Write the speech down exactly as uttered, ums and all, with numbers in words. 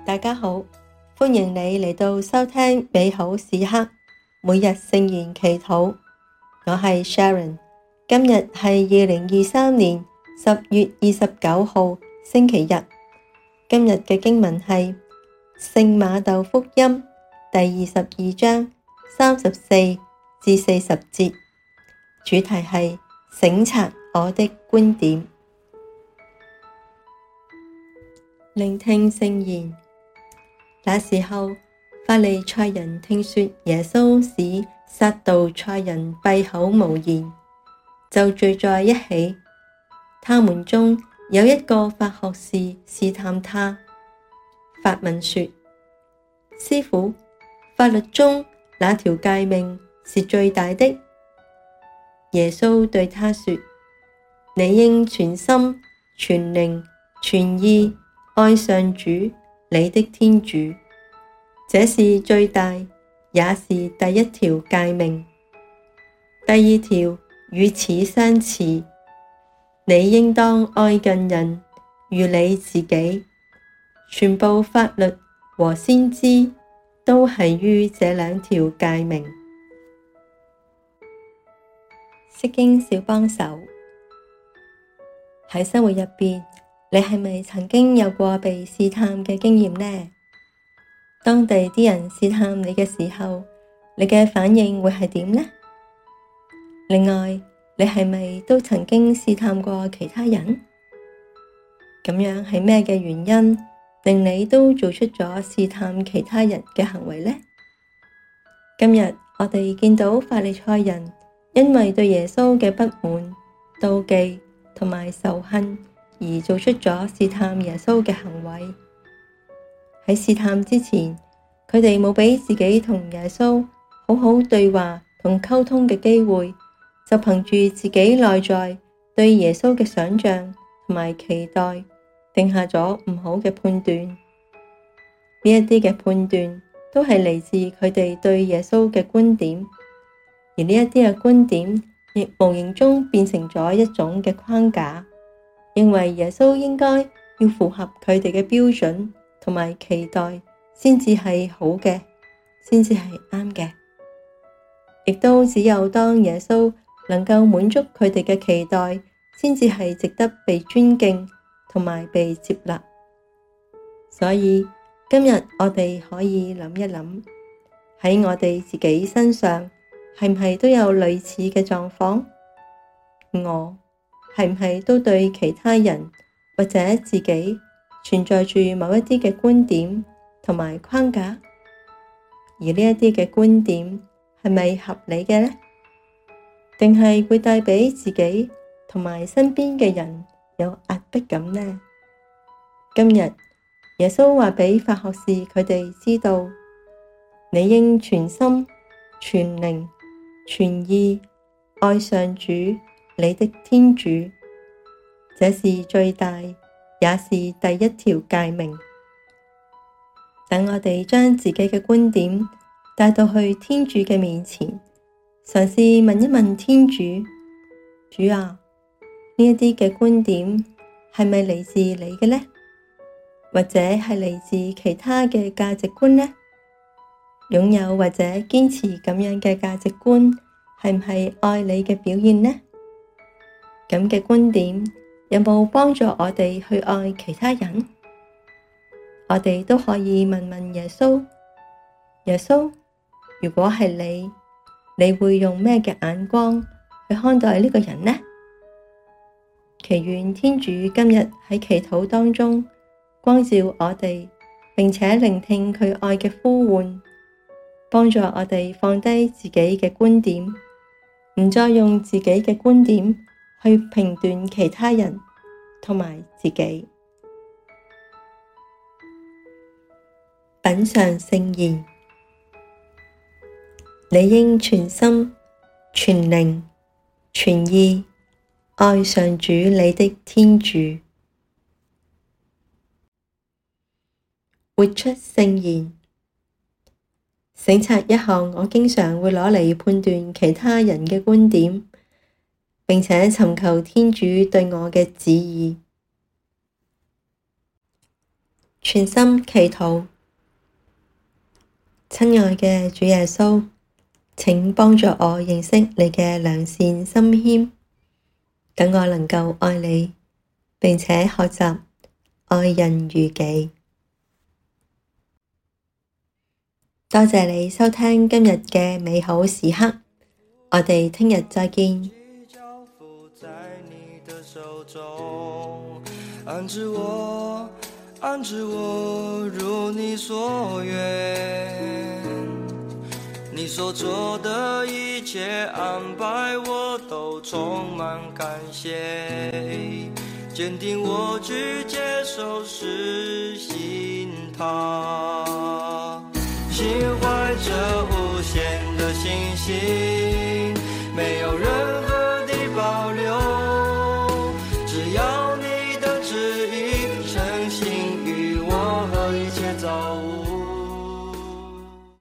大家好，歡迎你嚟到收聽美好時刻每日聖言祈禱。我係 Sharon， 今日係二零二三年十月二十九號星期日。今日嘅經文係聖瑪竇福音第二十二章三十四至四十節，主題係省察我的觀點。聆聽聖言。那時候，法利賽人聽說耶穌使撒杜塞人閉口無言，就聚在一起。他們中有一個法學士試探他，發問說：師傅，法律中哪條誡命是最大的？耶穌對他說：你應全心、全靈、全意愛上主你的天主，這是最大，也是第一條誡命。第二條與此相似，你應當愛近人如你自己。全部法律和先知都繫於這兩條誡命。釋經小幫手。喺生活入邊，你係咪曾經有過被試探嘅經驗呢？當地啲人試探你嘅時候，你嘅反應會係點呢？另外，你係咪都曾經試探過其他人？咁樣係咩嘅原因令你都做出咗試探其他人嘅行為呢？今日我哋見到法利賽人因為對耶穌嘅不滿、妒忌同埋仇恨，而做出咗試探耶穌嘅行為。喺試探之前，佢哋冇俾自己同耶穌好好對話同溝通嘅機會，就憑住自己內在對耶穌嘅想象同埋期待，定下咗唔好嘅判斷。呢一啲嘅判斷都係嚟自佢哋對耶穌嘅觀點，而呢一啲嘅觀點亦無形中變成咗一種嘅框架。認為耶穌應該要符合佢哋嘅標準同埋期待，先至係好嘅，先至係啱嘅。亦都只有當耶穌能夠滿足佢哋嘅期待，先至係值得被尊敬同埋被接納。所以今日我哋可以諗一諗，喺我哋自己身上係唔係都有類似嘅狀況？我係唔係都對其他人或者自己存在住某一啲嘅觀點同埋框架？而呢一啲嘅觀點係咪合理嘅呢？定係會帶俾自己同埋身邊嘅人有壓迫感呢？今日耶穌話俾法學士佢哋知道，你應全心、全靈、全意愛上主你的天主，這是最大，也是第一條誡命。等我哋將自己嘅觀點帶到去天主嘅面前，嘗試問一問天主：主啊，呢一啲嘅觀點係咪嚟自你嘅呢？或者係嚟自其他嘅價值觀呢？擁有或者堅持咁樣嘅價值觀，係唔係愛你嘅表現呢？咁嘅觀點有冇幫助我哋去愛其他人？我哋都可以問問耶穌：耶穌，如果係你，你會用咩嘅眼光去看待呢個人呢？祈願天主今日喺祈禱當中光照我哋，並且聆聽佢愛嘅呼喚，幫助我哋放低自己嘅觀點，唔再用自己嘅觀點去評斷其他人同埋自己。品嚐聖言。你應全心、全靈、全意愛上主你的天主。活出聖言。省察一項我經常會攞嚟判斷其他人嘅觀點，並且尋求天主對我嘅旨意。 全心祈禱。親愛嘅主耶穌，請幫助我認識你嘅良善心謙，等我能夠愛你，並且學習愛人如己。多謝你收聽今日嘅美好時刻，我哋聽日再見。安置我，安置我如你所願，你所做的一切安排我都充滿感謝，堅定我去接受實行它，心懷着無限的信心，沒有任何的保留，只要你的旨意成行於我和一切造物。